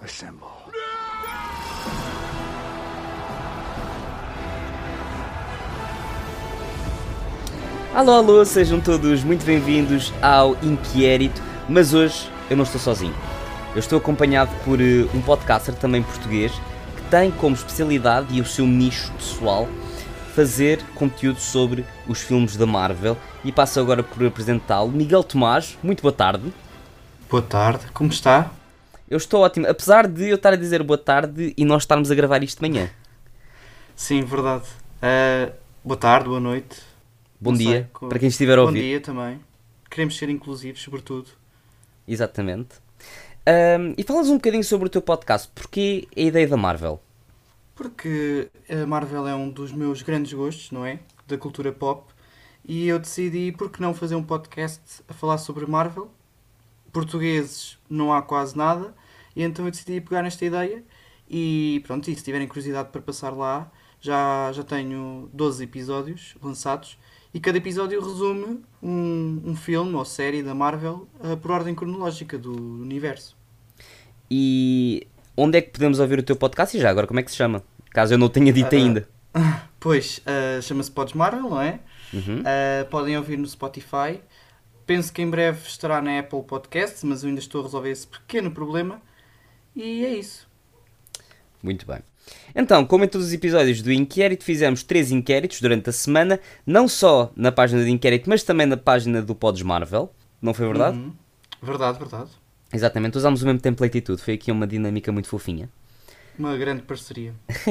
Assemble. Alô, alô, sejam todos muito bem-vindos ao Inquérito, mas hoje eu não estou sozinho. Eu estou acompanhado por um podcaster também português que tem como especialidade e o seu nicho pessoal fazer conteúdo sobre os filmes da Marvel e passo agora por apresentá-lo, Miguel Tomás. Muito boa tarde. Boa tarde, como está? Eu estou ótimo, apesar de eu estar a dizer boa tarde e nós estarmos a gravar isto de manhã. Sim, verdade. Boa tarde, boa noite. Bom Não dia, sei, para quem estiver a Bom ouvir. dia também. Queremos ser inclusivos, sobretudo. Exatamente. E falas um bocadinho sobre o teu podcast. Porquê a ideia da Marvel? Porque a Marvel é um dos meus grandes gostos, não é? Da cultura pop. E eu decidi, por que não fazer um podcast a falar sobre Marvel? Portugueses não há quase nada. E então eu decidi pegar nesta ideia. E pronto, e se tiverem curiosidade para passar lá, já tenho 12 episódios lançados. E cada episódio resume um filme ou série da Marvel por ordem cronológica do universo. E onde é que podemos ouvir o teu podcast? E já agora, como é que se chama? Caso eu não o tenha dito ainda. Pois, chama-se Pods Marvel, não é? Podem ouvir no Spotify. Penso que em breve estará na Apple Podcasts, mas eu ainda estou a resolver esse pequeno problema. E é isso. Muito bem. Então, como em todos os episódios do Inquérito, fizemos 3 inquéritos durante a semana, não só na página do Inquérito, mas também na página do Pods Marvel. Não foi verdade? Verdade, verdade. Exatamente, usámos o mesmo template e tudo. Foi aqui uma dinâmica muito fofinha. Uma grande parceria.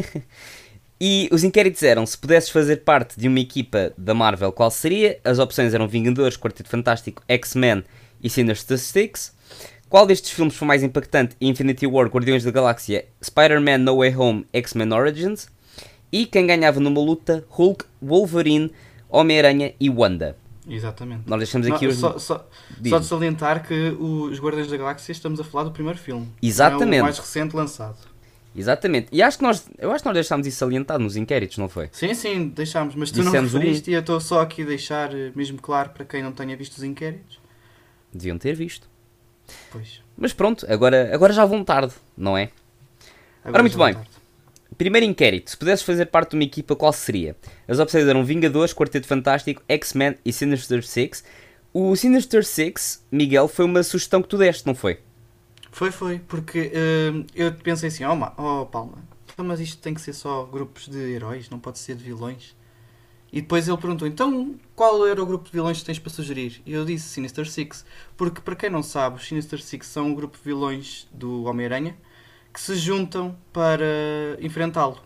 E os inquéritos eram, se pudesses fazer parte de uma equipa da Marvel, qual seria? As opções eram Vingadores, Quarteto Fantástico, X-Men e Sinister Six. Qual destes filmes foi mais impactante? Infinity War, Guardiões da Galáxia, Spider-Man No Way Home, X-Men Origins. E quem ganhava numa luta? Hulk, Wolverine, Homem-Aranha e Wanda. Exatamente. Nós deixamos aqui os... Só de salientar que os Guardiões da Galáxia estamos a falar do primeiro filme. Exatamente. Não é o mais recente lançado. Exatamente. E eu acho que nós deixámos isso salientado nos inquéritos, não foi? Sim, deixámos. Mas tu Dissemos não referiste e eu estou só aqui a deixar mesmo claro para quem não tenha visto os inquéritos. Deviam ter visto. Pois. Mas pronto, agora já vão tarde, não é? Ora, muito bem. Primeiro inquérito. Se pudesses fazer parte de uma equipa, qual seria? As opções eram Vingadores, Quarteto Fantástico, X-Men e Sinister Six. O Sinister Six, Miguel, foi uma sugestão que tu deste, não foi? Foi, porque eu pensei assim, Palma, mas isto tem que ser só grupos de heróis, não pode ser de vilões. E depois ele perguntou, então qual era o grupo de vilões que tens para sugerir? E eu disse Sinister Six, porque para quem não sabe, os Sinister Six são um grupo de vilões do Homem-Aranha que se juntam para enfrentá-lo.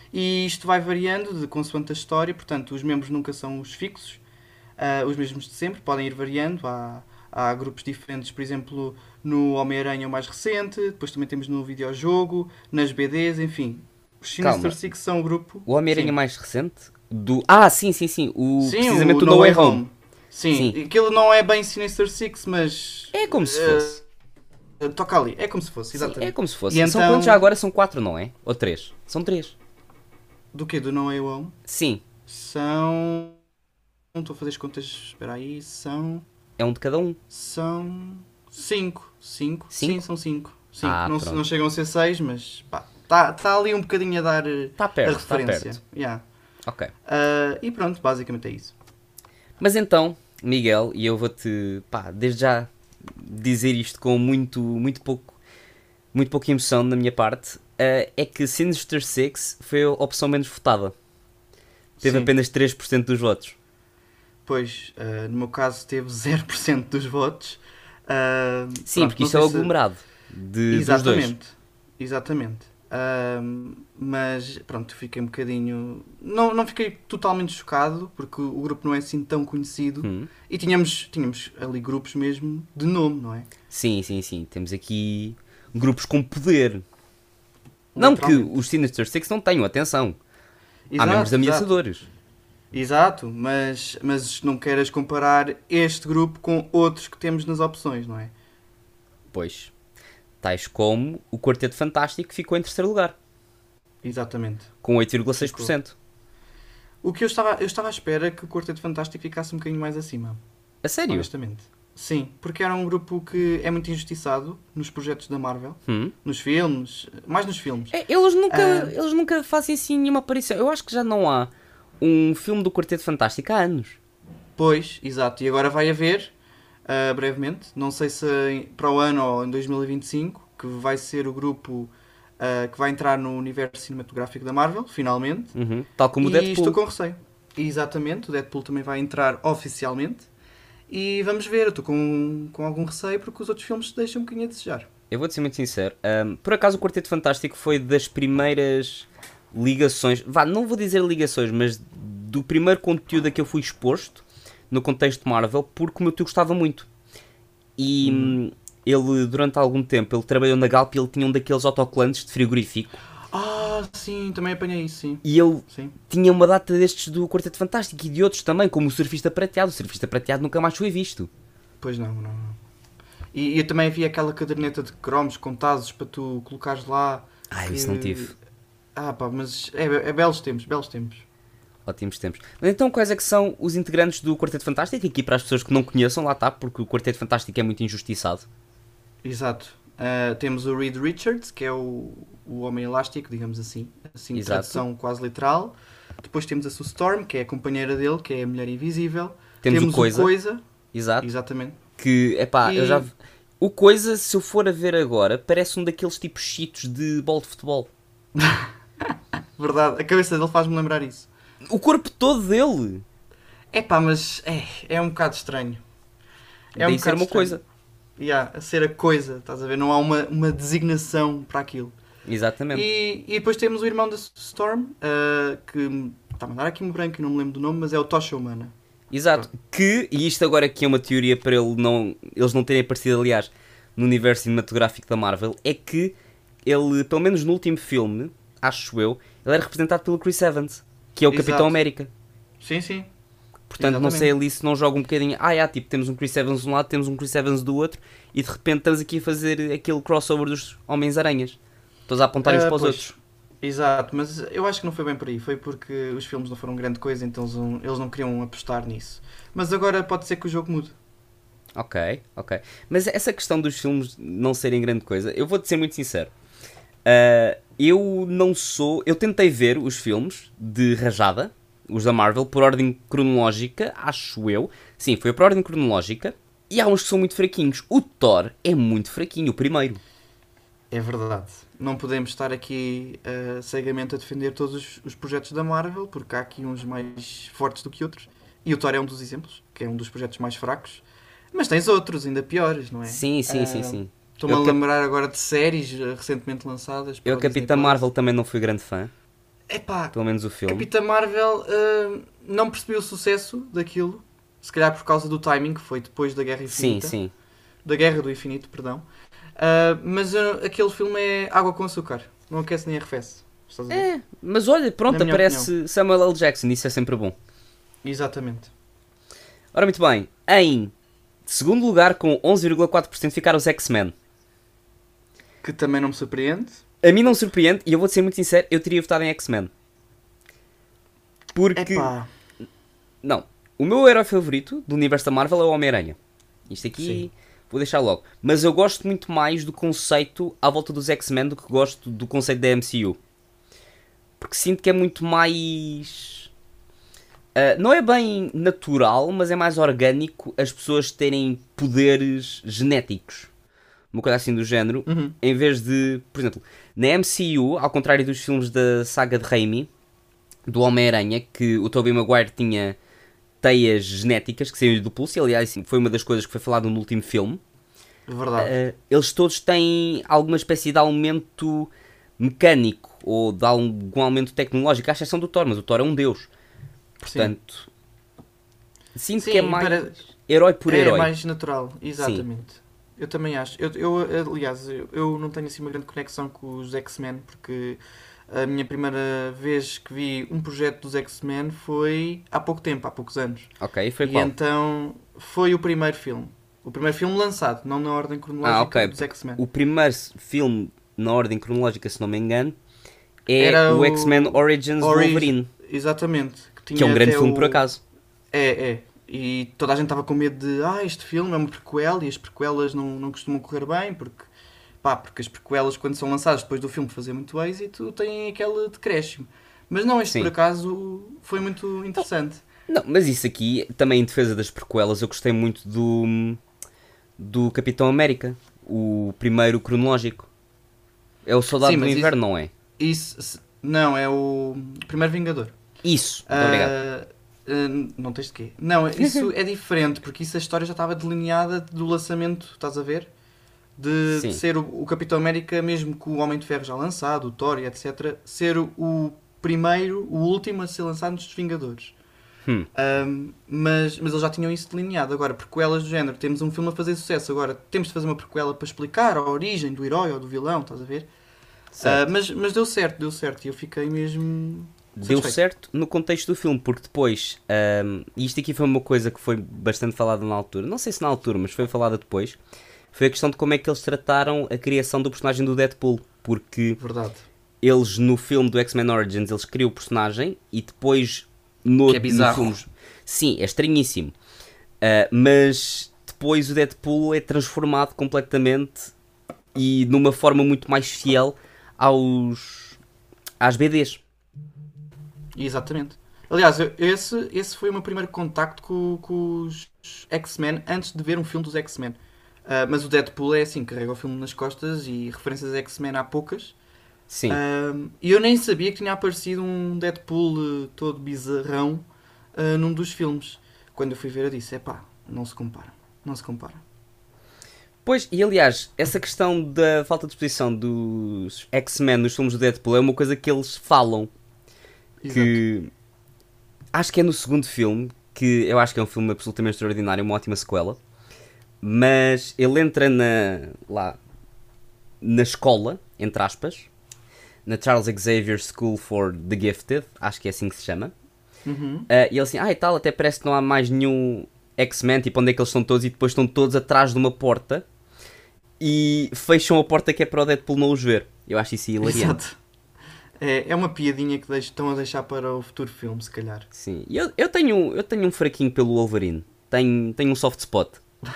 E isto vai variando de consoante a história, portanto os membros nunca são os fixos, os mesmos de sempre, podem ir variando, há grupos diferentes, por exemplo, no Homem-Aranha o mais recente, depois também temos no videojogo, nas BDs, enfim. Os Sinister Six são um grupo... O Homem-Aranha mais recente? Sim. Precisamente o o No Way Home. Sim, aquilo não é bem Sinister Six, mas... É como se fosse. Toca ali, é como se fosse, exatamente. Sim, é como se fosse. E São então... quantos já agora? São 4, não é? Ou 3? São 3. Do quê? Do No Way Home? Sim. São... Não estou a fazer as contas, espera aí, são... É um de cada um. São 5. 5? Sim, são 5. Não chegam a ser 6, mas pá, está ali um bocadinho a dar a referência. Está perto. Yeah. Ok. E pronto, basicamente é isso. Mas então, Miguel, e eu vou-te, desde já dizer isto com muito pouca emoção da minha parte, é que Sinister Six foi a opção menos votada. Teve apenas 3% dos votos. Pois, no meu caso teve 0% dos votos. Sim, porque isto é o aglomerado dos dois. Exatamente. Mas pronto, fiquei um bocadinho... Não fiquei totalmente chocado, porque o grupo não é assim tão conhecido. E tínhamos ali grupos mesmo de nome, não é? Sim. Temos aqui grupos com poder. Não que os Sinister Six não tenham, atenção. Há membros ameaçadores. Exato, mas não queres comparar este grupo com outros que temos nas opções, não é? Pois. Tais como o Quarteto Fantástico, que ficou em terceiro lugar. Exatamente. Com 8,6%. O que eu estava à espera que o Quarteto Fantástico ficasse um bocadinho mais acima. A sério? Honestamente. Sim, porque era um grupo que é muito injustiçado nos projetos da Marvel, Hum? nos filmes, mais nos filmes. Ah, Eles nunca fazem assim nenhuma aparição. Eu acho que já não há um filme do Quarteto Fantástico há anos. Pois, exato, e agora vai haver, brevemente, não sei se para o ano ou em 2025, que vai ser o grupo que vai entrar no universo cinematográfico da Marvel, finalmente, Uhum. Tal como o e estou Deadpool. com receio. Exatamente, o Deadpool também vai entrar oficialmente, e vamos ver, eu estou com algum receio porque os outros filmes deixam um bocadinho a desejar. Eu vou-te ser muito sincero. Por acaso o Quarteto Fantástico foi das primeiras ligações. Vá, não vou dizer ligações, mas do primeiro conteúdo a que eu fui exposto no contexto Marvel, porque o meu tio gostava muito. E ele, durante algum tempo, ele trabalhou na Galp e ele tinha um daqueles autocolantes de frigorífico. Ah, sim, também apanhei isso, sim. E ele Sim. tinha uma data destes do Quarteto Fantástico e de outros também, como o Surfista Prateado. O Surfista Prateado nunca mais foi visto. Pois não, não, não. E eu também havia aquela caderneta de cromos com tazos para tu colocares lá. Ah, que... isso não tive. Ah, pá, mas é belos tempos, belos tempos. Ótimos tempos. Mas então, quais é que são os integrantes do Quarteto Fantástico? Aqui para as pessoas que não conheçam, lá está, porque o Quarteto Fantástico é muito injustiçado. Exato. Temos o Reed Richards, que é o Homem Elástico, digamos assim de Exato. tradução quase literal. Depois temos a Sue Storm, que é a companheira dele, que é a Mulher Invisível. Temos o o Coisa. Coisa. Exato. Exatamente. Que, epá, eu E... já... O Coisa, se eu for a ver agora, parece um daqueles tipos cheetos de bola de futebol. Verdade, a cabeça dele faz-me lembrar isso. O corpo todo dele. É pá, mas é um bocado estranho. É um Daí ser bocado uma estranho. coisa. A ser a coisa, estás a ver? Não há uma designação para aquilo. Exatamente. E depois temos o irmão da Storm, que está a mandar aqui um branco, eu não me lembro do nome, mas é o Tocha Humana. Exato. Que, e isto agora aqui é uma teoria para eles não terem aparecido, aliás, no universo cinematográfico da Marvel, é que ele, pelo menos no último filme, acho eu, ele era representado pelo Chris Evans, que é o Exato. Capitão América. Sim, sim. Portanto, Exatamente. não sei ali se não joga um bocadinho. Tipo, temos um Chris Evans de um lado, temos um Chris Evans do outro, e de repente estamos aqui a fazer aquele crossover dos Homens-Aranhas. Todos a apontarem uns para os Pois. outros. Exato, mas eu acho que não foi bem por aí. Foi porque os filmes não foram grande coisa, então eles não queriam apostar nisso. Mas agora pode ser que o jogo mude. Ok. Mas essa questão dos filmes não serem grande coisa, eu vou-te ser muito sincero. Eu não sou. Eu tentei ver os filmes de rajada, os da Marvel, por ordem cronológica, acho eu. Sim, foi por ordem cronológica. E há uns que são muito fraquinhos. O Thor é muito fraquinho, o primeiro. É verdade. Não podemos estar aqui cegamente a defender todos os projetos da Marvel, porque há aqui uns mais fortes do que outros. E o Thor é um dos exemplos, que é um dos projetos mais fracos. Mas tens outros ainda piores, não é? Sim. Estou-me a lembrar agora de séries recentemente lançadas. Eu, Capitã Marvel, também não fui grande fã. Epá, Pelo menos o filme. Capitã Marvel não percebi o sucesso daquilo. Se calhar por causa do timing, que foi depois da Guerra Infinita. Sim. Da Guerra do Infinito, perdão. Mas aquele filme é água com açúcar. Não aquece nem arrefece. Estás a ver? É, mas olha, pronto, Na minha aparece Samuel L. Jackson, isso é sempre bom. Exatamente. Ora, muito bem. Em segundo lugar, com 11,4% ficaram os X-Men. Que também não me surpreende. A mim não me surpreende, e eu vou-te ser muito sincero, eu teria votado em X-Men. Porque... Epá. Não. O meu herói favorito do universo da Marvel é o Homem-Aranha. Isto aqui Sim. vou deixar logo. Mas eu gosto muito mais do conceito à volta dos X-Men do que gosto do conceito da MCU. Porque sinto que é muito mais... não é bem natural, mas é mais orgânico as pessoas terem poderes genéticos. Uma coisa assim do género. Uhum. Em vez de... Por exemplo, na MCU, ao contrário dos filmes da saga de Raimi, do Homem-Aranha, que o Tobey Maguire tinha teias genéticas que saíam do pulso, e aliás foi uma das coisas que foi falado no último filme. Verdade. Eles todos têm alguma espécie de aumento mecânico ou de algum aumento tecnológico, à exceção do Thor, mas o Thor é um deus. Portanto, sinto Sim, que é mais herói por herói. É mais natural, exatamente. Sim. Eu também acho. Aliás, eu não tenho assim uma grande conexão com os X-Men, porque a minha primeira vez que vi um projeto dos X-Men foi há pouco tempo, há poucos anos. Ok, foi e qual? então foi o primeiro filme. O primeiro filme lançado, não na ordem cronológica dos X-Men. O primeiro filme na ordem cronológica, se não me engano, é Era o X-Men Origins Wolverine. Exatamente. Que é um grande filme, por acaso. É. E toda a gente estava com medo de este filme é uma prequel e as prequelas não costumam correr bem porque as prequelas quando são lançadas depois do filme fazer muito êxito têm aquele decréscimo. Mas não, este por Sim. acaso foi muito interessante. Não, mas isso aqui, também em defesa das prequelas, eu gostei muito do Capitão América, o primeiro cronológico. É o Soldado Sim, do mas Inverno, não é? não, é o primeiro Vingador. Isso, muito obrigado. Não tens de quê? Não, isso é diferente, porque isso a história já estava delineada do lançamento, estás a ver? De Sim. ser o Capitão América, mesmo com o Homem de Ferro já lançado, o Thor e etc., ser o primeiro, o último a ser lançado nos Vingadores. Hum. Mas eles já tinham isso delineado. Agora, prequelas do género, temos um filme a fazer sucesso, agora temos de fazer uma prequela para explicar a origem do herói ou do vilão, estás a ver? Certo. Mas deu certo e eu fiquei mesmo Deu satisfeito. certo no contexto do filme, porque depois, e isto aqui foi uma coisa que foi bastante falada na altura, não sei se na altura, mas foi falada depois, foi a questão de como é que eles trataram a criação do personagem do Deadpool, porque Verdade. eles no filme do X-Men Origins, eles criam o personagem e depois Que é no bizarro. filme... Sim, é estranhíssimo. Mas depois o Deadpool é transformado completamente e numa forma muito mais fiel às BDs. Exatamente. Aliás, esse foi o meu primeiro contacto com os X-Men antes de ver um filme dos X-Men. Mas o Deadpool é assim, carrega o filme nas costas e referências a X-Men há poucas. Sim. E eu nem sabia que tinha aparecido um Deadpool todo bizarrão num dos filmes. Quando eu fui ver eu disse, epá, não se compara. Não se compara. Pois, e aliás, essa questão da falta de exposição dos X-Men nos filmes do Deadpool é uma coisa que eles falam. Exato. Que acho que é no segundo filme, que eu acho que é um filme absolutamente extraordinário, uma ótima sequela. Mas ele entra lá na escola, entre aspas, na Charles Xavier School for the Gifted, acho que é assim que se chama. Uhum. E ele assim, e tal, até parece que não há mais nenhum X-Men, tipo, onde é que eles estão todos? E depois estão todos atrás de uma porta e fecham a porta que é para o Deadpool não os ver. Eu acho isso hilariante. Exato. É uma piadinha que estão a deixar para o futuro filme, se calhar. Sim, e eu tenho um fraquinho pelo Wolverine. Tenho um soft spot.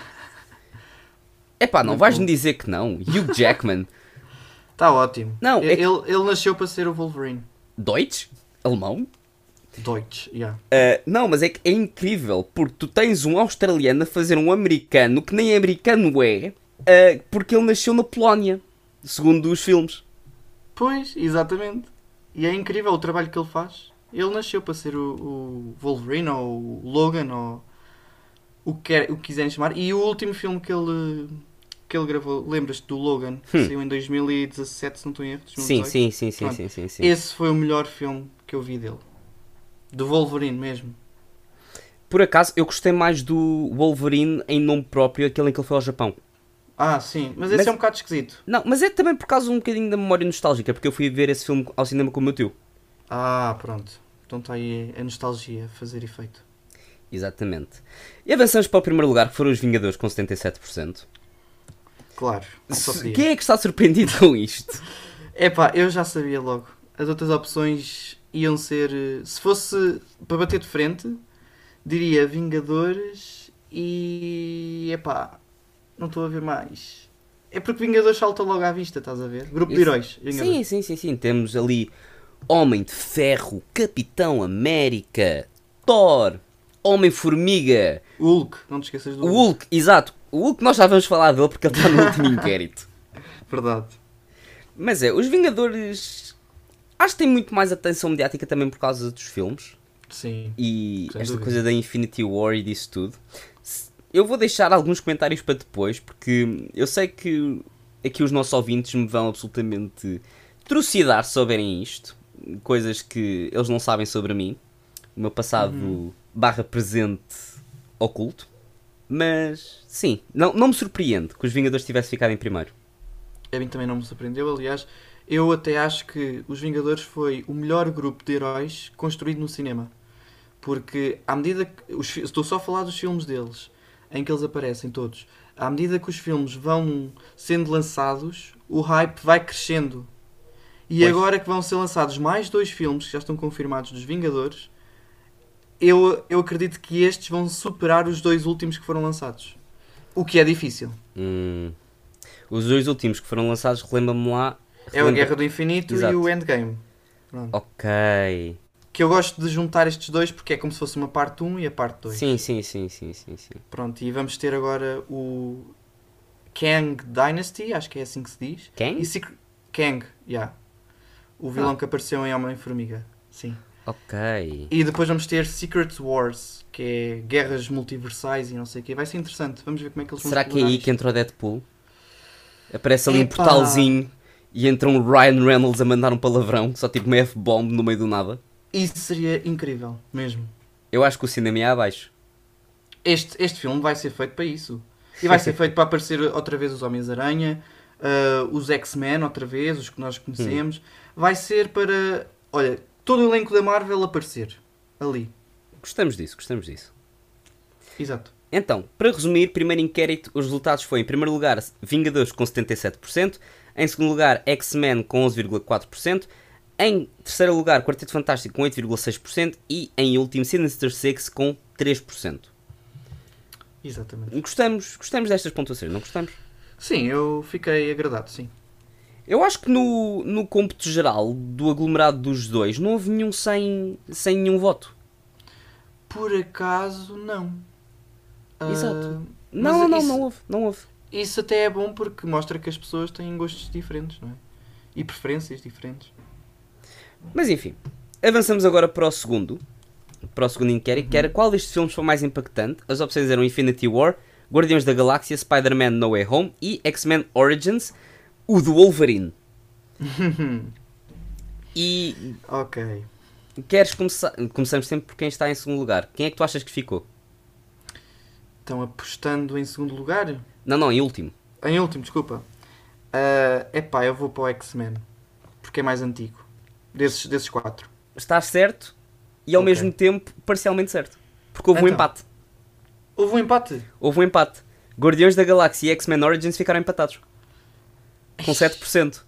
Epá, não Muito vais-me bom. dizer que não. Hugh Jackman. Está ótimo. Não, é que... Ele nasceu para ser o Wolverine. Deutsch? Alemão? Deutsch, yeah. Não, mas é que é incrível, porque tu tens um australiano a fazer um americano que nem americano é, porque ele nasceu na Polónia, segundo os filmes. Pois, exatamente. E é incrível o trabalho que ele faz. Ele nasceu para ser o Wolverine ou o Logan ou o que quiserem chamar. E o último filme que ele gravou, lembras-te do Logan, que saiu em 2017, se não estou em erro, Sim, 2018. sim, sim, sim, Pronto. sim, sim, sim. Esse foi o melhor filme que eu vi dele. Do Wolverine mesmo. Por acaso, eu gostei mais do Wolverine em nome próprio, aquele em que ele foi ao Japão. Ah, sim, mas esse Mas- é um bocado esquisito. Não, mas é também por causa um bocadinho da memória nostálgica, porque eu fui ver esse filme ao cinema com o meu tio. Ah, pronto. Então está aí a nostalgia a fazer efeito. Exatamente. E avançamos para o primeiro lugar, que foram os Vingadores, com 77%. Claro, não só podia. Quem é que está surpreendido com isto? Epá, eu já sabia logo. As outras opções iam ser. Se fosse para bater de frente, diria Vingadores e. Epá, não estou a ver mais. É porque Vingadores salta logo à vista, estás a ver? Grupo de heróis. Vingadores. Sim. Temos ali Homem de Ferro, Capitão América, Thor, Homem-Formiga, Hulk, não te esqueças do o Hulk, exato. O Hulk nós já vamos falar dele porque ele está no último inquérito. Verdade. Mas os Vingadores acho que têm muito mais atenção mediática também por causa dos filmes. Sim. E Sem esta dúvida. coisa da Infinity War e disso tudo. Eu vou deixar alguns comentários para depois, porque eu sei que aqui os nossos ouvintes me vão absolutamente trucidar se souberem isto. Coisas que eles não sabem sobre mim. O meu passado barra presente oculto. Mas, sim, não me surpreende que os Vingadores tivessem ficado em primeiro. A mim também não me surpreendeu. Aliás, eu até acho que Os Vingadores foi o melhor grupo de heróis construído no cinema. Porque à medida que. Estou só a falar dos filmes deles, em que eles aparecem todos. À medida que os filmes vão sendo lançados, o hype vai crescendo. E Pois. agora que vão ser lançados mais 2 filmes que já estão confirmados dos Vingadores, eu acredito que estes vão superar os dois últimos que foram lançados. O que é difícil. Os dois últimos que foram lançados, relembra-me lá. É a Guerra do Infinito Exato. e o Endgame. Pronto. Ok. Que eu gosto de juntar estes dois porque é como se fosse uma parte 1 e a parte 2. Sim. Pronto, e vamos ter agora o Kang Dynasty, acho que é assim que se diz. Kang? E Kang, yeah. O vilão que apareceu em Homem-Formiga. Sim. Ok. E depois vamos ter Secret Wars, que é guerras multiversais e não sei o quê. Vai ser interessante. Vamos ver como é que eles vão Será que é explorar aí isto. que entra o Deadpool? Aparece ali um Epá. portalzinho e entra um Ryan Reynolds a mandar um palavrão, só tipo uma F-bomb no meio do nada. Isso seria incrível, mesmo. Eu acho que o cinema é abaixo. Este filme vai ser feito para isso. E vai ser feito para aparecer outra vez os Homens-Aranha, os X-Men outra vez, os que nós conhecemos. Vai ser para, olha, todo o elenco da Marvel aparecer ali. Gostamos disso. Exato. Então, para resumir, primeiro inquérito, os resultados foi em primeiro lugar Vingadores com 77%, em segundo lugar X-Men com 11,4%, em terceiro lugar Quarteto Fantástico com 8,6% e em último Sinister Six com 3%. Exatamente. Gostamos destas pontuações, não gostamos? Sim, eu fiquei agradado, sim. Eu acho que no cômputo geral do aglomerado dos dois não houve nenhum sem nenhum voto. Por acaso, não. Exato. Mas Não houve. Isso até é bom porque mostra que as pessoas têm gostos diferentes, não é? E preferências diferentes. Mas enfim, avançamos agora para o segundo inquérito, que era qual destes filmes foi mais impactante. As opções eram Infinity War, Guardiões da Galáxia, Spider-Man No Way Home e X-Men Origins, o do Wolverine. E Ok. queres começar? Começamos sempre por quem está em segundo lugar. Quem é que tu achas que ficou? Estão apostando em segundo lugar? Não, em último. Em último, desculpa. Epá, eu vou para o X-Men. Porque é mais antigo. Desses quatro. Estás certo e ao Ok. mesmo tempo parcialmente certo. Porque houve um Então. empate. Houve um empate? Houve um empate. Guardiões da Galáxia e X-Men Origins ficaram empatados. Com 7%.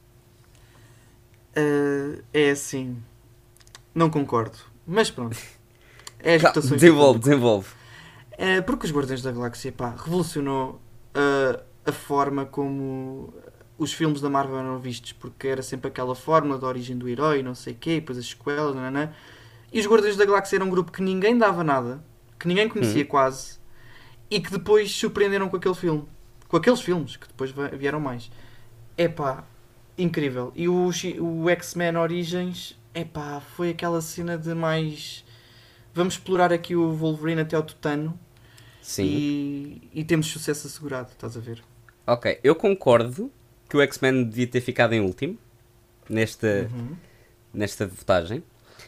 É assim. Não concordo. Mas pronto. É as votações do Desenvolve, público. desenvolve. Porque os Guardiões da Galáxia, pá, revolucionou a forma como os filmes da Marvel eram vistos, porque era sempre aquela fórmula da origem do herói, não sei o quê, e depois as sequelas, nananã. E os Guardiões da Galáxia eram um grupo que ninguém dava nada, que ninguém conhecia quase, e que depois surpreenderam com aquele filme. Com aqueles filmes, que depois vieram mais. Epá, incrível. E o X-Men Origins, epá, foi aquela cena de mais... Vamos explorar aqui o Wolverine até ao tutano. Sim. E temos sucesso assegurado, estás a ver? Ok, eu concordo que o X-Men devia ter ficado em último nesta votagem.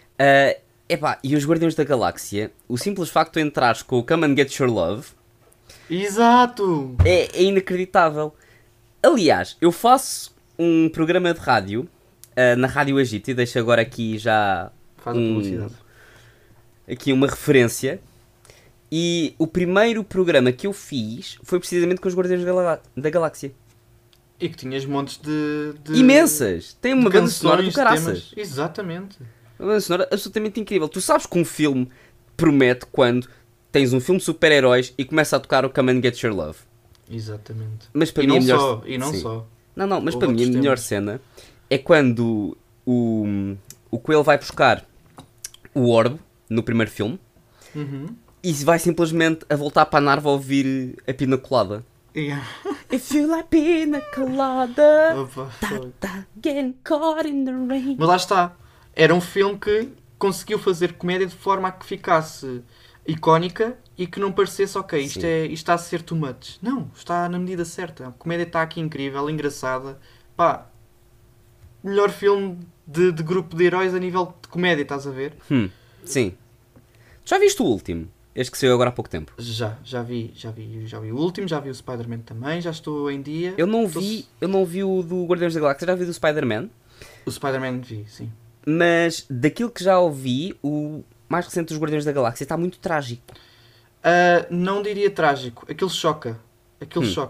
E os Guardiões da Galáxia, o simples facto de entrares com o Come and Get Your Love Exato! é inacreditável. Aliás, eu faço um programa de rádio na Rádio Agito e deixo agora aqui já Faz a publicidade. aqui uma referência. E o primeiro programa que eu fiz foi precisamente com os Guardiões da Galáxia. E que tinhas montes de Imensas! Tem uma de banda sonora do canções, caraças. temas. Exatamente. Uma banda sonora absolutamente incrível. Tu sabes que um filme promete quando tens um filme de super-heróis e começa a tocar o Come and Get Your Love. Exatamente. Mas para E mim não a melhor... só, e não Sim. só. Não, mas Houve para mim a outros melhor temas. cena é quando o Coelho vai buscar o orbe no primeiro filme Uhum. e vai simplesmente a voltar para a Narva a ouvir a Pina Colada. Yeah. If you like Pina Colada, Opa, foi. getting caught in the rain. Mas lá está. Era um filme que conseguiu fazer comédia de forma a que ficasse icónica e que não parecesse, ok, isto Sim. está a ser too much. Não, está na medida certa. A comédia está aqui incrível, engraçada. Pá, melhor filme de grupo de heróis a nível de comédia, estás a ver? Sim. Já viste o último? Este que saiu agora há pouco tempo. Já vi o último, já vi o Spider-Man também, já estou em dia. Eu não vi o do Guardiões da Galáxia, já vi o do Spider-Man. O Spider-Man vi, sim. Mas daquilo que já ouvi, o mais recente dos Guardiões da Galáxia está muito trágico. Não diria trágico, aquele choca. Aquele choca.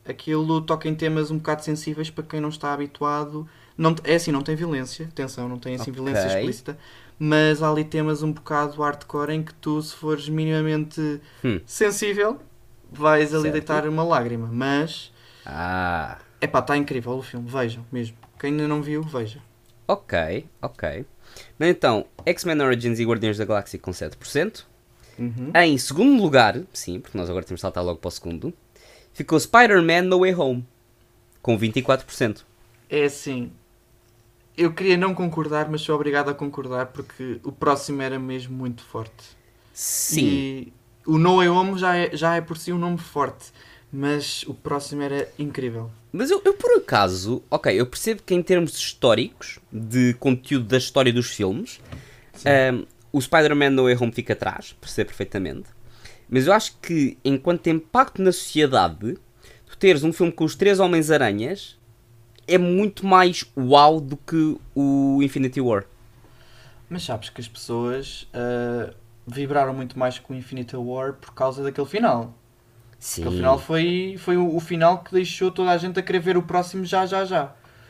aquilo toca em temas um bocado sensíveis para quem não está habituado. Não, é assim, não tem violência, atenção, não tem assim violência Ok. explícita, mas há ali temas um bocado hardcore em que tu, se fores minimamente Hum, sensível, vais ali certo. deitar uma lágrima. Mas, Ah, epá, está incrível o filme, vejam mesmo. Quem ainda não viu, veja. ok, ok. Mas então, X-Men Origins e Guardiões da Galáxia com 7%. Uhum. Em segundo lugar, sim, porque nós agora temos de saltar logo para o segundo, ficou Spider-Man No Way Home, com 24%. É assim, eu queria não concordar, mas sou obrigado a concordar porque o próximo era mesmo muito forte. Sim, E o No Way Home já é por si um nome forte, mas o próximo era incrível. mas eu por acaso, ok, eu percebo que em termos históricos, de conteúdo da história dos filmes, Sim. o Spider-Man No Way Home fica atrás, percebo perfeitamente. Mas eu acho que, enquanto impacto na sociedade, tu teres um filme com os três Homens-Aranhas é muito mais uau do que o Infinity War. Mas sabes que as pessoas vibraram muito mais com o Infinity War por causa daquele final. Aquele final Sim. foi o final que deixou toda a gente a querer ver o próximo já, já, já.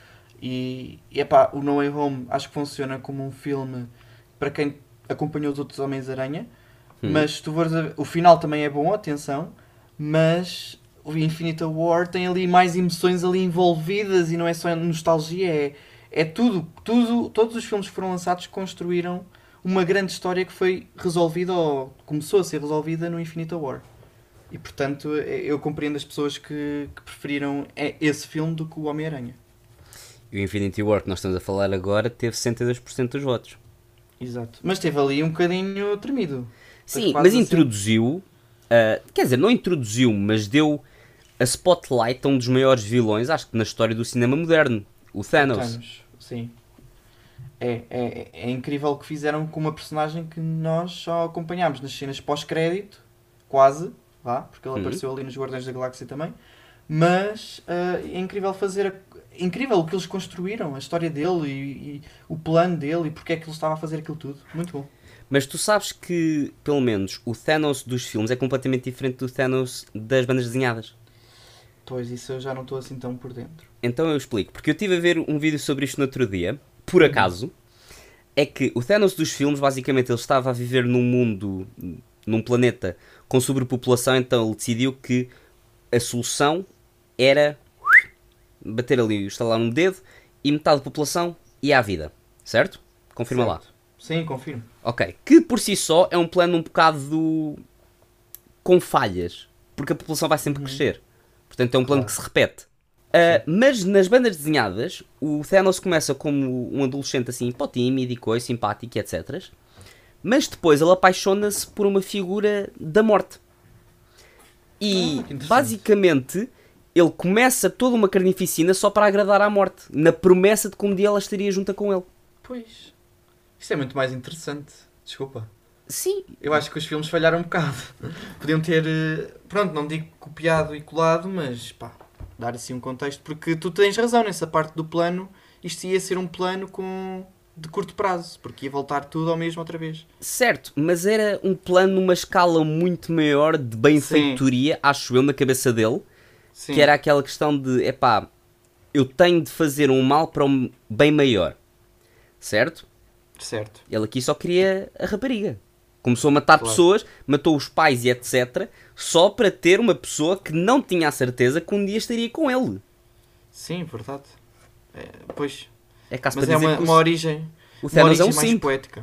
E epá, o No Way Home acho que funciona como um filme para quem acompanhou os outros Homens-Aranha. Hum. Mas se tu fores o final também é bom, atenção. Mas o Infinity War tem ali mais emoções ali envolvidas e não é só nostalgia, é tudo, tudo. Todos os filmes que foram lançados construíram uma grande história que foi resolvida ou começou a ser resolvida no Infinity War. E portanto eu compreendo as pessoas que preferiram esse filme do que o Homem-Aranha. E o Infinity War que nós estamos a falar agora teve 62% dos votos. Exato. Mas teve ali um bocadinho tremido. Foi Sim, mas quase assim. introduziu, quer dizer, não introduziu, mas deu a spotlight a um dos maiores vilões, acho que na história do cinema moderno, o O Thanos. Thanos, sim. É incrível o que fizeram com uma personagem que nós só acompanhámos nas cenas pós-crédito, quase, vá, porque ele Hum. apareceu ali nos Guardiões da Galáxia também. Mas é incrível fazer. Incrível o que eles construíram, a história dele e o plano dele e porque é que ele estava a fazer aquilo tudo. Muito bom. Mas tu sabes que, pelo menos, o Thanos dos filmes é completamente diferente do Thanos das bandas desenhadas. Pois isso eu já não estou assim tão por dentro. Então eu explico, porque eu estive a ver um vídeo sobre isto no outro dia, por acaso, é que o Thanos dos filmes, basicamente, ele estava a viver num mundo, num planeta com sobrepopulação, então ele decidiu que a solução era bater ali, estalar um dedo e metade da população ia à vida, certo? Confirma lá. Certo. Sim, confirmo. Ok, que por si só é um plano um bocado com falhas, porque a população vai sempre crescer. Portanto, é um plano que Claro. se repete. Sim. Mas nas bandas desenhadas, o Thanos começa como um adolescente assim, pó tímido e coisa, simpático e etc. Mas depois ele apaixona-se por uma figura da morte. E Que interessante. basicamente ele começa toda uma carnificina só para agradar à morte, na promessa de que um dia ela estaria junta com ele. Pois. Isso é muito mais interessante. Desculpa. Sim, Eu acho que os filmes falharam um bocado. Podiam ter, pronto, não digo copiado e colado, mas pá, dar assim um contexto, porque tu tens razão nessa parte do plano, isto ia ser um plano de curto prazo, porque ia voltar tudo ao mesmo outra vez. certo, mas era um plano numa escala muito maior de benfeitoria, acho eu, na cabeça dele, que Sim, era aquela questão de, epá, eu tenho de fazer um mal para um bem maior, certo? certo, Ele aqui só queria a rapariga. Começou a matar claro. pessoas, matou os pais e etc. Só para ter uma pessoa que não tinha a certeza que um dia estaria com ele. Sim, verdade. É, pois, É caso mas para é dizer uma, que uma origem, o uma Thanos é origem um mais simp. poética.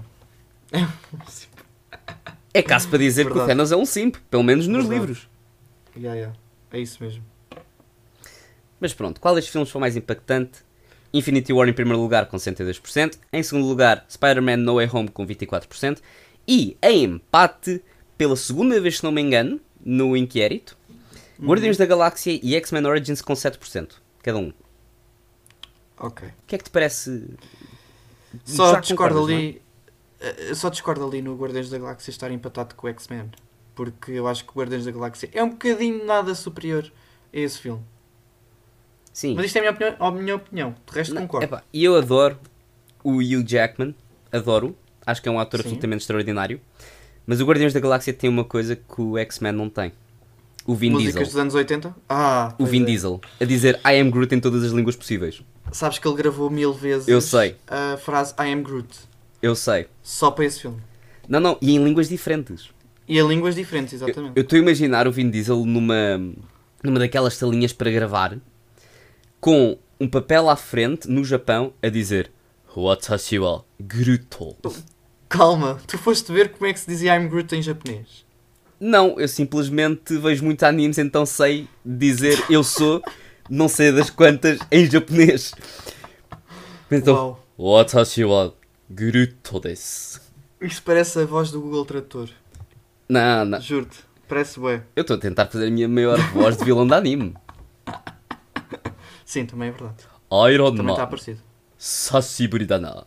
É caso para dizer que o Verdade, Thanos é um simp, pelo menos nos verdade. livros. Yeah. É isso mesmo. Mas pronto, qual destes filmes foi mais impactante? Infinity War em primeiro lugar com 62%, em segundo lugar Spider-Man No Way Home com 24% e em empate, pela segunda vez se não me engano, no inquérito, Guardiões da Galáxia e X-Men Origins com 7%, cada um. Ok. O que é que te parece? Só Já discordo concordas, não é? ali. Só discordo ali no Guardiões da Galáxia estar empatado com o X-Men. Porque eu acho que o Guardiões da Galáxia é um bocadinho nada superior a esse filme. Sim. Mas isto é a minha opinião. De resto concordo. Epá, e eu adoro o Hugh Jackman, adoro, acho que é um ator Sim. absolutamente extraordinário, mas o Guardiões da Galáxia tem uma coisa que o X-Men não tem, O Vin Músicas Diesel. dos anos 80? Ah, O pois Vin é. Diesel. A dizer I am Groot em todas as línguas possíveis. Sabes que ele gravou 1000 vezes Eu sei. a frase I am Groot. Eu sei. Só para esse filme. Não, não. E em línguas diferentes. E em línguas diferentes, exatamente. Eu estou a imaginar o Vin Diesel numa daquelas salinhas para gravar, com um papel à frente, no Japão, a dizer Watashi wa Groot. Calma, tu foste ver como é que se dizia I'm Groot em japonês. Não, eu simplesmente vejo muito animes, então sei dizer eu sou, não sei das quantas, em japonês. Então, Uau. Watashi wa Groot desu. Isso parece a voz do Google Tradutor. Não, não. Juro-te. Parece bué. Eu estou a tentar fazer a minha maior voz de vilão de anime. Sim, também é verdade. Iron Também está Man. parecido. Sashiburi da na.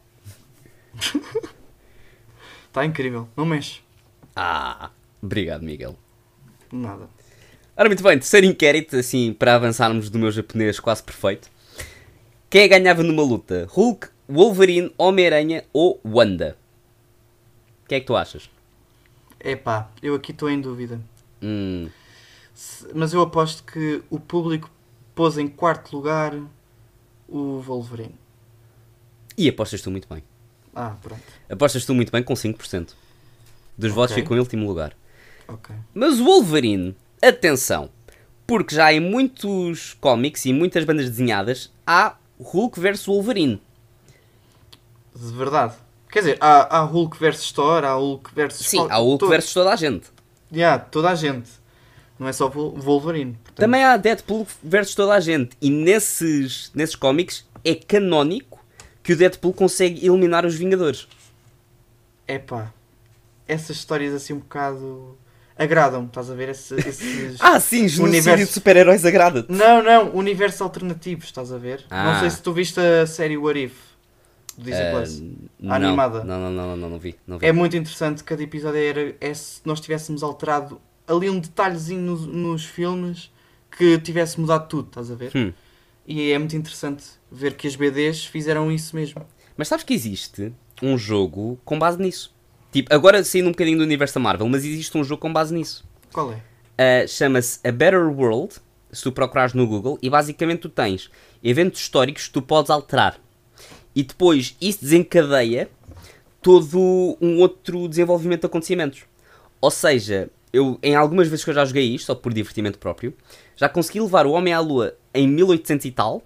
Está incrível. Não mexe. Ah, obrigado, Miguel. Nada. Ora, muito bem, terceiro inquérito, assim, para avançarmos do meu japonês quase perfeito. Quem é que ganhava numa luta? Hulk, Wolverine, Homem-Aranha ou Wanda? O que é que tu achas? Epá, eu aqui estou em dúvida. Hum, Mas eu aposto que o público pôs em quarto lugar o Wolverine. E apostas tu muito bem. Ah, pronto. Apostas tu muito bem com 5%. Dos votos Ok. ficam em último lugar. Ok. Mas o Wolverine, atenção, porque já em muitos cómics e muitas bandas desenhadas há Hulk versus Wolverine. De verdade. Quer dizer, há Hulk versus Thor, há Hulk versus... Sim, há Hulk versus toda a gente. toda a gente. Não é só Wolverine. Portanto, Também há Deadpool versus toda a gente. E nesses cómics é canónico que o Deadpool consegue eliminar os Vingadores. epá, essas histórias assim um bocado... agradam-me, estás a ver? Esses... Ah, sim, genocídio universo- de super-heróis agrada-te. Não, universos alternativos, estás a ver? Ah. Não sei se tu viste a série What If, do Disney Plus. Não, animada. Não vi. É muito interessante, cada episódio é se nós tivéssemos alterado ali um detalhezinho nos filmes que tivesse mudado tudo, estás a ver? E é muito interessante ver que as BDs fizeram isso mesmo. Mas sabes que existe um jogo com base nisso? Tipo, agora saindo um bocadinho do universo da Marvel, mas existe um jogo com base nisso. Qual é? Chama-se A Better World, se tu procurares no Google, e basicamente tu tens eventos históricos que tu podes alterar. E depois isso desencadeia todo um outro desenvolvimento de acontecimentos. Ou seja, eu em algumas vezes que eu já joguei isto, só por divertimento próprio, já consegui levar o Homem à Lua em 1800 e tal,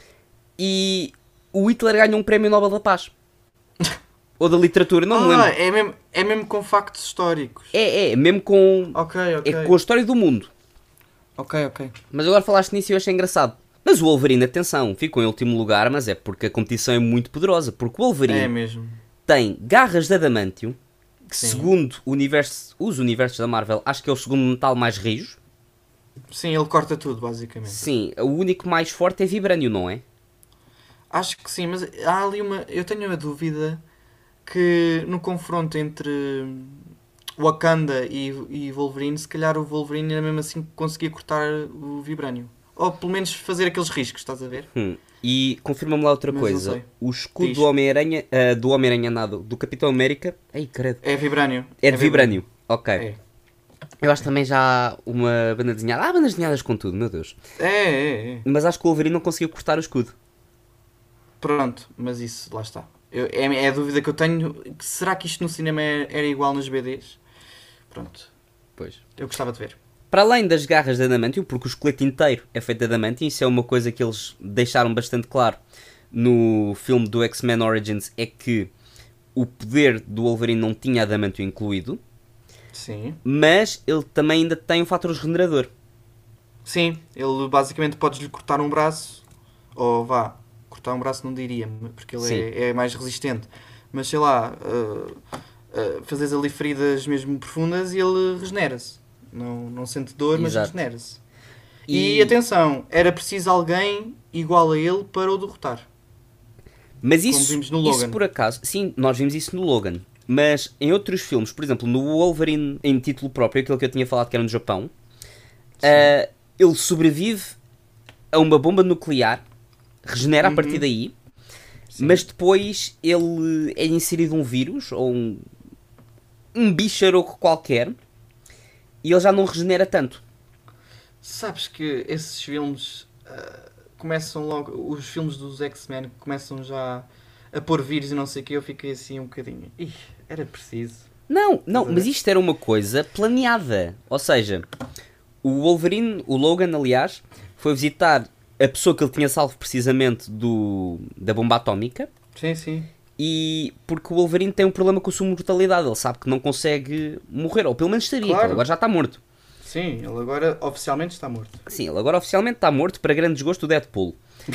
e o Hitler ganhou um prémio Nobel da Paz. Ou da literatura, não me lembro. É mesmo com factos históricos. É, mesmo com... Ok. É com a história do mundo. Ok. Mas agora falaste nisso e eu achei engraçado. Mas o Wolverine, atenção, ficou em último lugar, mas é porque a competição é muito poderosa. Porque o Wolverine É mesmo. tem garras de adamantio, que Sim. segundo os universos da Marvel, acho que é o segundo metal mais rijo. Sim, ele corta tudo, basicamente. Sim, o único mais forte é vibrânio, não é? Acho que sim, mas há ali uma... Eu tenho uma dúvida que no confronto entre Wakanda e Wolverine, se calhar o Wolverine era mesmo assim que conseguia cortar o vibrânio. Ou pelo menos fazer aqueles riscos, estás a ver? E confirma-me lá outra Mas não coisa. sei. O escudo Diz. do Homem-Aranha, nada, do Capitão América... Ei, credo. É vibrânio. É de vibrânio. Ok. É. Eu acho que também já há uma banda desenhada. Há bandas desenhadas com tudo, meu Deus. É. Mas acho que o Wolverine não conseguiu cortar o escudo. Pronto, mas isso, lá está. É a dúvida que eu tenho. Será que isto no cinema era igual nas BDs? Pronto, Pois. eu gostava de ver. Para além das garras de adamantium, porque o esqueleto inteiro é feito de adamantium, isso é uma coisa que eles deixaram bastante claro no filme do X-Men Origins, é que o poder do Wolverine não tinha adamantium incluído, Sim. mas ele também ainda tem um fator regenerador. Sim, ele basicamente podes-lhe cortar um braço, ou vá, cortar um braço não diria, porque Sim. ele é mais resistente. Mas sei lá, fazes ali feridas mesmo profundas e ele regenera-se. Não sente dor, mas Exato. regenera-se. E atenção, era preciso alguém igual a ele para o derrotar. Mas Como isso, vimos no isso Logan. por acaso, sim, nós vimos isso no Logan. Mas em outros filmes, por exemplo, no Wolverine em título próprio, aquele que eu tinha falado que era no Japão, ele sobrevive a uma bomba nuclear, regenera a partir daí, Sim. mas depois ele é inserido um vírus ou um bicharoco qualquer e ele já não regenera tanto. Sabes que esses filmes começam logo. Os filmes dos X-Men começam já a pôr vírus e não sei o que. Eu fiquei assim um bocadinho. Ih, era preciso. Não, Estás não, a mas ver? isto era uma coisa planeada. Ou seja, o Wolverine, o Logan, aliás, foi visitar a pessoa que ele tinha salvo precisamente da bomba atómica. Sim, sim. E porque o Wolverine tem um problema com a sua mortalidade. Ele sabe que não consegue morrer, ou pelo menos sabia, que ele Claro. agora já está morto. Sim, ele agora oficialmente está morto. Sim, ele agora oficialmente está morto, para grande desgosto do Deadpool.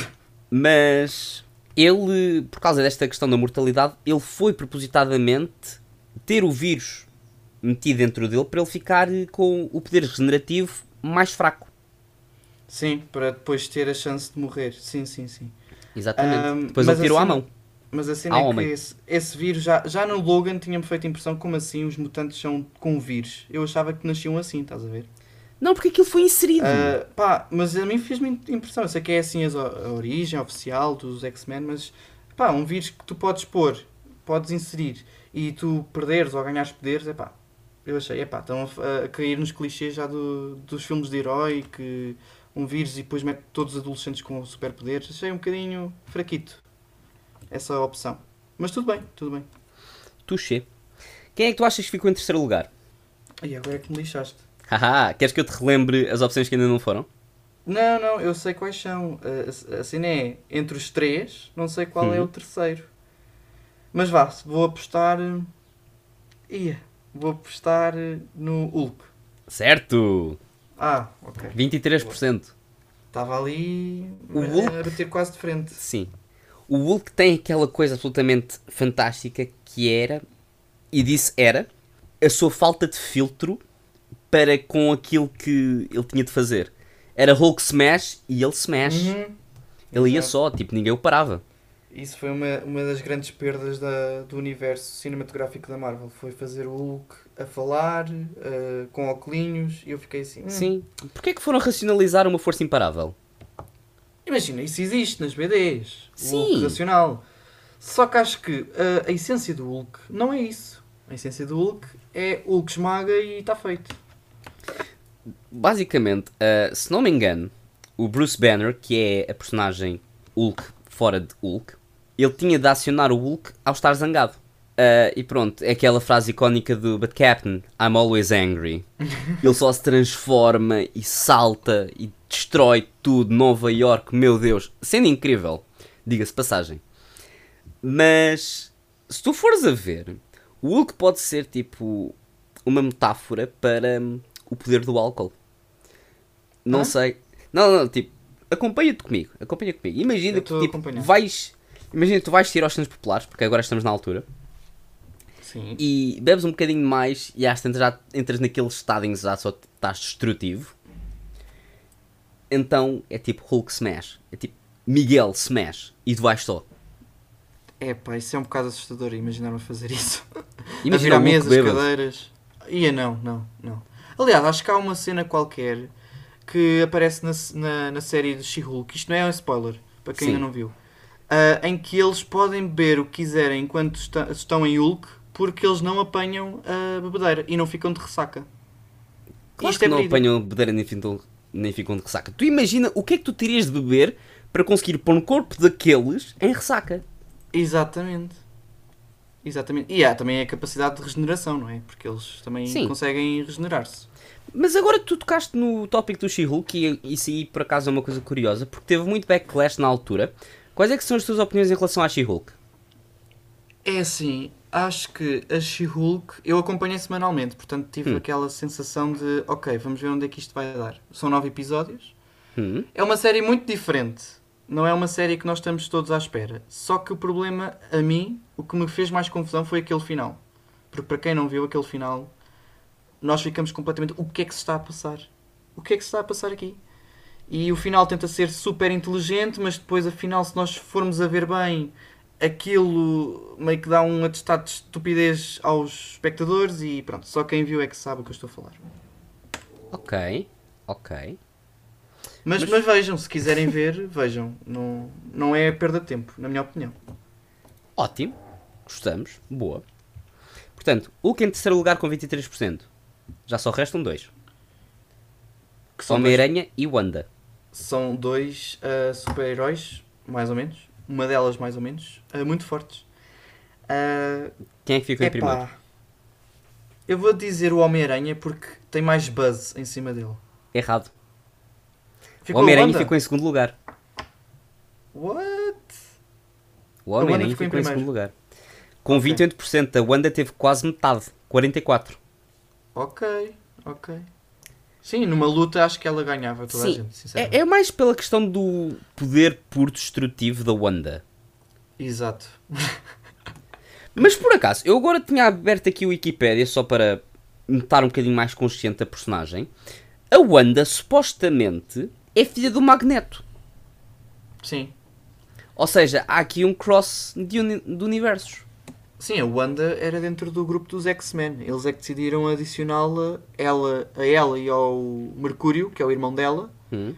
Mas ele, por causa desta questão da mortalidade, ele foi propositadamente ter o vírus metido dentro dele para ele ficar com o poder regenerativo mais fraco. Sim, para depois ter a chance de morrer. Sim, sim, sim. Exatamente. Depois ele Mas tirou à assim, mão. mas a cena Ao é que homem. esse vírus, já no Logan tinha-me feito impressão como assim os mutantes são com vírus. Eu achava que nasciam assim, estás a ver? Não, porque aquilo foi inserido. Pá, mas a mim fez-me impressão. Eu sei que é assim a origem oficial dos X-Men, mas pá, um vírus que tu podes pôr, podes inserir e tu perderes ou ganhares poderes, é pá. Eu achei, é pá, estão a cair nos clichês já dos filmes de herói, que um vírus e depois mete todos os adolescentes com superpoderes. Achei um bocadinho fraquito essa opção. Mas tudo bem, tudo bem. Touché. Quem é que tu achas que ficou em terceiro lugar? E agora é que me lixaste. Haha, queres que eu te relembre as opções que ainda não foram? Não, não, eu sei quais são. A cena é entre os três, não sei qual é o terceiro. Mas vá, vou apostar. Ia, vou apostar no Hulk. Certo! Ah, ok. 23%. Estava ali O Hulk, a bater quase de frente. sim. O Hulk tem aquela coisa absolutamente fantástica que era, e disse era, a sua falta de filtro para com aquilo que ele tinha de fazer. Era Hulk smash e ele smash. Uhum, Ele ia exato. só, tipo, ninguém o parava. Isso foi uma das grandes perdas do universo cinematográfico da Marvel. Foi fazer o Hulk a falar, com óculos, e eu fiquei assim. Sim. Porquê é que foram racionalizar uma força imparável? Imagina, isso existe nas BDs. O Hulk Sim. racional. Só que acho que a essência do Hulk não é isso. A essência do Hulk é Hulk esmaga e está feito. Basicamente, se não me engano, o Bruce Banner, que é a personagem Hulk fora de Hulk, ele tinha de acionar o Hulk ao estar zangado. E pronto, é aquela frase icónica do But Captain, I'm always angry. Ele só se transforma e salta e destrói tudo, Nova York, meu Deus. Sendo incrível, diga-se passagem. Mas, se tu fores a ver, o Hulk pode ser tipo uma metáfora para o poder do álcool. Não Hã? sei. Não, não, tipo, acompanha-te comigo. Acompanha comigo. Imagina Eu que estou a tipo, acompanhar. Imagina que tu vais sair aos centros populares, porque agora estamos na altura, Sim. e bebes um bocadinho mais e às tantas já entras naquele estado em que já só estás destrutivo. Então é tipo Hulk Smash. É tipo Miguel Smash. E tu vais só. É pá, isso é um bocado assustador imaginar-me a fazer isso. A Imagina virar o Hulk mesas, bêbado. cadeiras. Ia não, não, não. Aliás, acho que há uma cena qualquer que aparece na série de She-Hulk. Isto não é um spoiler, para quem Sim. ainda não viu. Em que eles podem beber o que quiserem enquanto estão em Hulk, porque eles não apanham a bebedeira e não ficam de ressaca. Claro Isto que é não verídico. apanham bebedeira nem ficam de ressaca. Tu imagina o que é que tu terias de beber para conseguir pôr no corpo daqueles em ressaca. Exatamente. Exatamente. E há também a capacidade de regeneração, não é? Porque eles também Sim. conseguem regenerar-se. Mas agora que tu tocaste no tópico do She-Hulk, e isso aí por acaso é uma coisa curiosa, porque teve muito backlash na altura. Quais é que são as tuas opiniões em relação à She-Hulk? É assim, acho que a She-Hulk eu acompanhei semanalmente, portanto tive aquela sensação de ok, vamos ver onde é que isto vai dar. São 9 episódios. É uma série muito diferente. Não é uma série que nós estamos todos à espera. Só que o problema, a mim, o que me fez mais confusão foi aquele final. Porque para quem não viu aquele final, nós ficamos completamente. O que é que se está a passar? O que é que se está a passar aqui? E o final tenta ser super inteligente, mas depois, afinal, se nós formos a ver bem, aquilo meio que dá um atestado de estupidez aos espectadores e pronto, só quem viu é que sabe o que eu estou a falar. Ok, ok. Mas vejam, se quiserem ver, vejam. Não, não é perda de tempo, na minha opinião. Ótimo, gostamos, boa. Portanto, Hulk em terceiro lugar com 23%. Já só restam dois. Que são Homem-Aranha e Wanda. são dois super-heróis, mais ou menos. Uma delas, mais ou menos. Muito fortes. Quem é que ficou em primeiro? Epá, eu vou dizer o Homem-Aranha porque tem mais buzz em cima dele. Errado. O Ficou Homem-Aranha Wanda? ficou em segundo lugar. What? O Homem-Aranha ficou em ficou em primeiro. segundo lugar. Com Ok. 28%, a Wanda teve quase metade. 44%. Ok. Sim, numa luta acho que ela ganhava toda a Sim, gente, sinceramente. é mais pela questão do poder puro destrutivo da Wanda. Exato. Mas por acaso, eu agora tinha aberto aqui o Wikipedia só para me estar um bocadinho mais consciente da personagem. A Wanda supostamente é filha do Magneto. Sim. Ou seja, há aqui um cross de universos. Sim, a Wanda era dentro do grupo dos X-Men. Eles é que decidiram adicioná-la, a ela e ao Mercúrio, que é o irmão dela,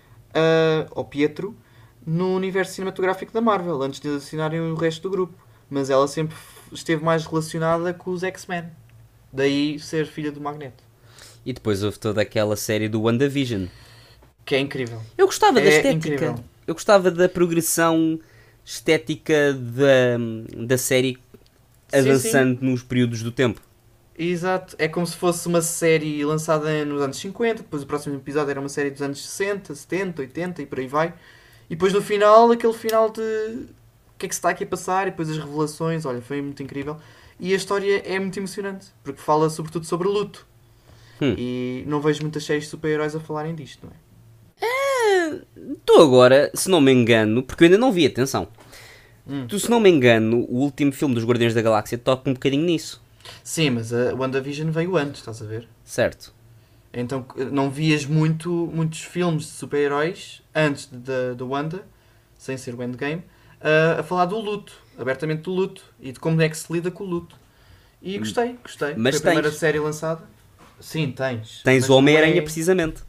ao Pietro, no universo cinematográfico da Marvel, antes de adicionarem o resto do grupo. Mas ela sempre esteve mais relacionada com os X-Men. Daí ser filha do Magneto. E depois houve toda aquela série do WandaVision. Que é incrível. Eu gostava da É estética. incrível. Eu gostava da progressão estética da série Sim, avançando nos períodos do tempo. Exato. É como se fosse uma série lançada nos anos 50, depois o próximo episódio era uma série dos anos 60, 70, 80 e por aí vai. E depois no final, aquele final de o que é que se está aqui a passar, e depois as revelações, olha, foi muito incrível. E a história é muito emocionante, porque fala sobretudo sobre luto. E não vejo muitas séries de super-heróis a falarem disto, não é? Tu agora, se não me engano, porque eu ainda não vi, atenção. Tu, se não me engano, o último filme dos Guardiões da Galáxia toca um bocadinho nisso. Sim, mas a WandaVision veio antes, estás a ver? Certo. Então não vias muitos filmes de super-heróis antes da Wanda, sem ser o Endgame, a falar do luto, abertamente do luto e de como é que se lida com o luto. E gostei. Mas Foi a primeira tens. série lançada. Sim, tens. Tens Mas o não Homem-Aranha, é precisamente.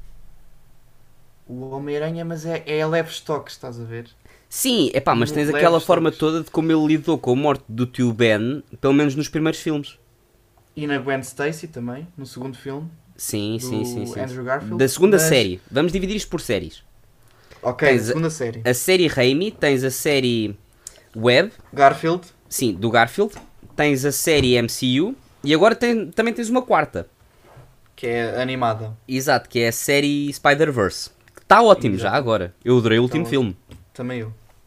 o Homem-Aranha, mas é leve estoque, estás a ver? Sim, epá, mas tens Leves aquela forma toques. toda de como ele lidou com a morte do tio Ben, pelo menos nos primeiros filmes. E na Gwen Stacy também, no segundo filme, Sim, do sim. Andrew Garfield. Da segunda mas- série. Vamos dividir isto por séries. Ok, Tens segunda série. A série Raimi, tens a série Web, Garfield, sim, do Garfield, tens a série MCU e agora também tens uma quarta. que é animada. Exato, que é a série Spider-Verse. Está ótimo Exato. já agora. Eu adorei o último Tá filme. Também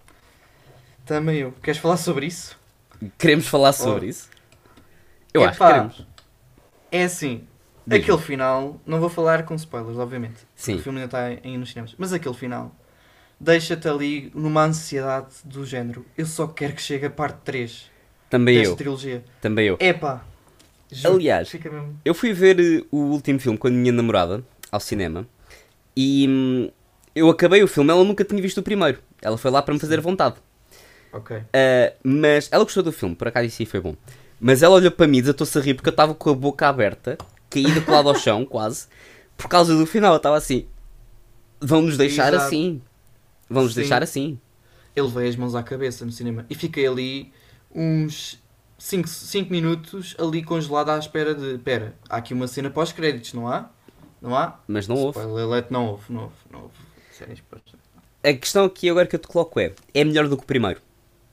eu. Queres falar sobre isso? Queremos falar sobre isso? Eu acho que Epá, queremos. É assim, Diz-me. aquele final, não vou falar com spoilers, obviamente. Sim. O filme ainda está aí nos cinemas. Mas aquele final deixa-te ali numa ansiedade do género. Eu só quero que chegue a parte 3 Também desta eu. trilogia. Também eu. Epá, juro, Aliás, fica mesmo. eu fui ver o último filme com a minha namorada ao cinema e eu acabei o filme, ela nunca tinha visto o primeiro. Ela foi lá para me fazer vontade. Ok. Mas ela gostou do filme, por acaso isso sim foi bom. Mas ela olhou para mim e desatou-se a rir porque eu estava com a boca aberta, caída colada ao chão, quase, por causa do final. Eu estava assim: vão-nos deixar Exato. assim. Vão-nos Sim. deixar assim. Ele veio as mãos à cabeça no cinema e fiquei ali uns 5 minutos ali congelado à espera de... Pera, há aqui uma cena pós-créditos, não há? Não há? Mas não houve. Spoiler alert, não houve. Séries pós- A questão aqui agora que eu te coloco é melhor do que o primeiro.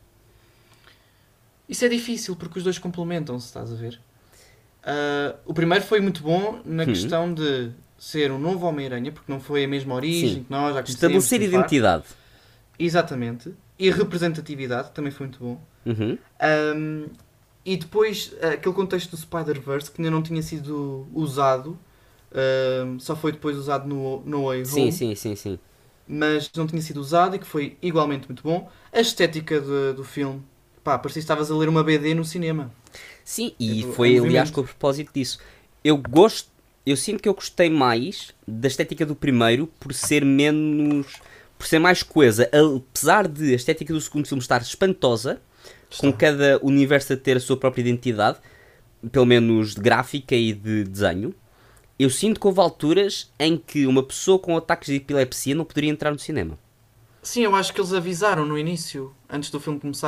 Isso é difícil porque os dois complementam-se, estás a ver? O primeiro foi muito bom na questão de ser um novo Homem-Aranha, porque não foi a mesma origem Sim. que nós já conhecemos. Estabelecer triunfar. identidade. Exatamente. E a representatividade também foi muito bom. Uhum. E depois aquele contexto do Spider-Verse que ainda não tinha sido usado, só foi depois usado no Way Home, Sim. mas não tinha sido usado e que foi igualmente muito bom. A estética do filme, pá, parecia que estavas a ler uma BD no cinema. Sim, e Tipo, foi em aliás movimento. com o propósito disso. Eu sinto que eu gostei mais da estética do primeiro por ser mais coesa, apesar de a estética do segundo filme estar espantosa, com cada universo a ter a sua própria identidade, pelo menos de gráfica e de desenho. Eu sinto que houve alturas em que uma pessoa com ataques de epilepsia não poderia entrar no cinema. Sim, eu acho que eles avisaram no início, antes do filme começar.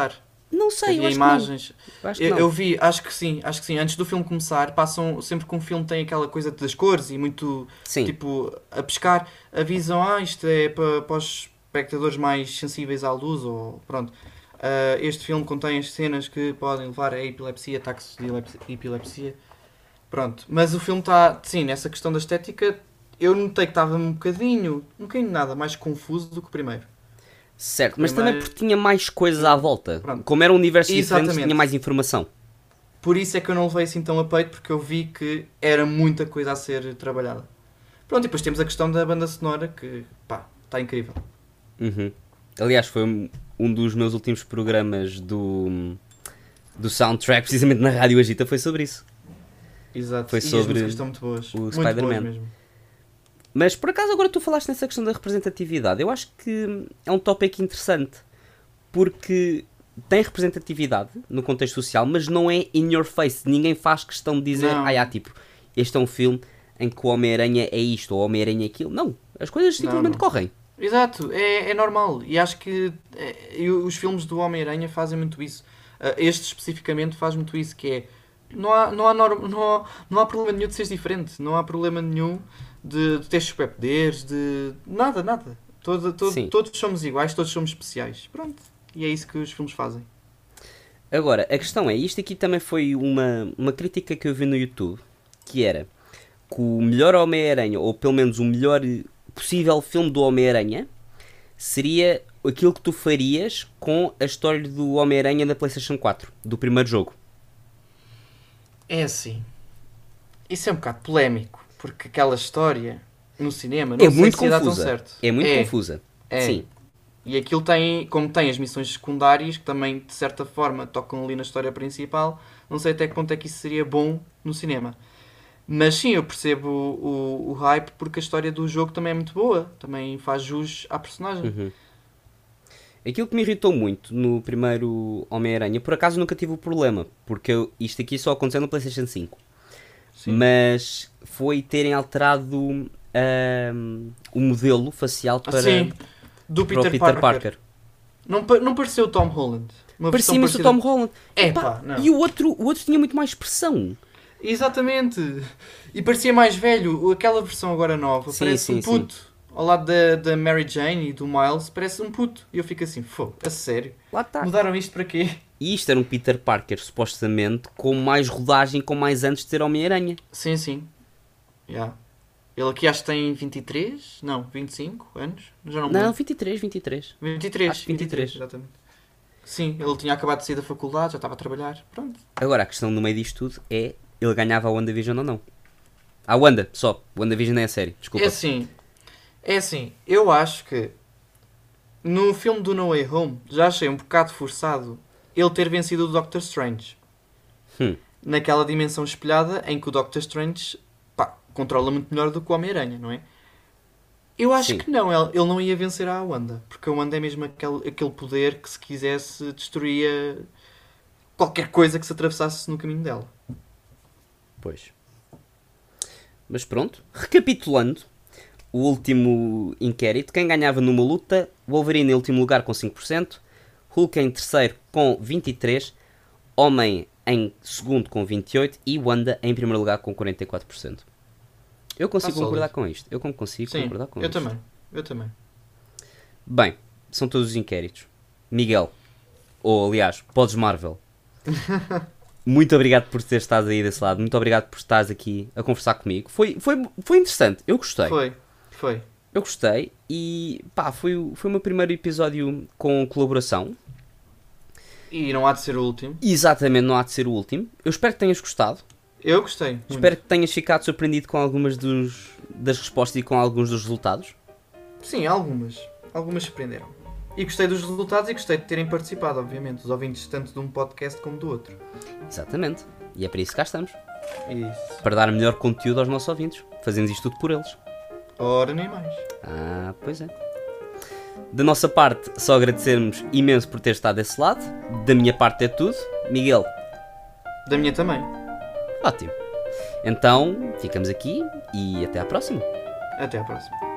Não sei, eu Havia acho imagens. que não. Acho que não. Eu vi, acho que sim. Antes do filme começar, passam sempre que um filme tem aquela coisa das cores e muito Sim. tipo a pescar, avisam, isto é para os espectadores mais sensíveis à luz ou pronto. Este filme contém as cenas que podem levar a epilepsia, ataques de epilepsia. Pronto. Mas o filme está, sim, nessa questão da estética, eu notei que estava um bocadinho nada mais confuso do que o primeiro. Certo, mas Primeiro- também porque tinha mais coisas à volta. Pronto. Como era um universo diferente, Exatamente. tinha mais informação. Por isso é que eu não levei assim tão a peito, porque eu vi que era muita coisa a ser trabalhada. Pronto, e depois temos a questão da banda sonora, que pá, está incrível. Uhum. Aliás, foi um dos meus últimos programas do soundtrack, precisamente na Rádio Agita, foi sobre isso. Exato. Foi E as sobre músicas estão muito boas. o Muito Spider-Man. boas mesmo. Mas por acaso agora tu falaste nessa questão da representatividade. Eu acho que é um tópico interessante. Porque tem representatividade no contexto social, mas não é in your face. Ninguém faz questão de dizer, Não. tipo, este é um filme em que o Homem-Aranha é isto ou o Homem-Aranha é aquilo. Não, as coisas simplesmente não. correm. Exato, é normal. E acho que os filmes do Homem-Aranha fazem muito isso. Este especificamente faz muito isso, que é não há problema nenhum de seres diferente. Não há problema nenhum de ter superpoderes, de nada. Sim. Todos somos iguais, todos somos especiais. Pronto. E é isso que os filmes fazem. Agora, a questão é, isto aqui também foi uma crítica que eu vi no YouTube, que era que o melhor Homem-Aranha, ou pelo menos o melhor possível filme do Homem-Aranha, seria aquilo que tu farias com a história do Homem-Aranha da PlayStation 4, do primeiro jogo. É assim. Isso é um bocado polémico, porque aquela história no cinema É não sei muito se ia dar tão confusa. certo. É muito confusa. É. Sim. E aquilo tem, como tem as missões secundárias, que também de certa forma tocam ali na história principal, não sei até que ponto é que isso seria bom no cinema. Mas sim, eu percebo o hype, porque a história do jogo também é muito boa, também faz jus à personagem. Uhum. Aquilo que me irritou muito no primeiro Homem-Aranha, por acaso nunca tive o problema, porque isto aqui só aconteceu no PlayStation 5. Sim. Mas foi terem alterado o modelo facial para, Sim, do para o Peter, Peter Parker. Parker. Não pareceu o Tom Holland. Uma versão Parecia-me isso o parecida- Tom Holland. Epá, não. E o outro tinha muito mais expressão. Exatamente. E parecia mais velho. Aquela versão agora nova Sim, parece sim, um puto. Ao lado da Mary Jane e do Miles, parece um puto. E eu fico assim, a sério? Lá está. Mudaram isto para quê? E isto era um Peter Parker, supostamente, com mais rodagem, com mais anos de ser Homem-Aranha. Sim. Yeah. Ele aqui acho que tem 23? Não, 25 anos? Já não me Não, lembro. 23. 23, acho que 23. exatamente. Sim, ele tinha acabado de sair da faculdade, já estava a trabalhar. Pronto. Agora, a questão no meio disto tudo é, ele ganhava a WandaVision ou não? A Wanda, só. WandaVision não é a série, desculpa. É assim, eu acho que no filme do No Way Home já achei um bocado forçado ele ter vencido o Doctor Strange. Naquela dimensão espelhada em que o Doctor Strange controla muito melhor do que o Homem-Aranha, não é? Eu acho Sim. que não, ele não ia vencer a Wanda, porque a Wanda é mesmo aquele poder que se quisesse destruía qualquer coisa que se atravessasse no caminho dela. Pois. Mas pronto, recapitulando o último inquérito, quem ganhava numa luta, Wolverine em último lugar com 5%, Hulk em terceiro com 23%, Homem em segundo com 28% e Wanda em primeiro lugar com 44%. Eu consigo Tá concordar sólido. com isto. Eu consigo Sim, concordar com eu isto. também. Bem, são todos os inquéritos. Miguel, ou aliás, Podes Marvel, muito obrigado por ter estado aí desse lado. Muito obrigado por estares aqui a conversar comigo. Foi interessante. Eu gostei. Foi. Eu gostei e pá, foi o meu primeiro episódio com colaboração. E não há de ser o último. Exatamente, não há de ser o último. Eu espero que tenhas gostado. Eu gostei. Muito. Espero que tenhas ficado surpreendido com algumas das respostas e com alguns dos resultados. Sim, algumas. Algumas surpreenderam. E gostei dos resultados e gostei de terem participado, obviamente, os ouvintes tanto de um podcast como do outro. Exatamente. E é para isso que cá estamos. Isso. Para dar melhor conteúdo aos nossos ouvintes. Fazemos isto tudo por eles. Ora, nem mais. Ah, pois é. Da nossa parte, só agradecermos imenso por ter estado desse lado. Da minha parte é tudo. Miguel, Da minha também. ótimo. Então, ficamos aqui e até à próxima. Até à próxima.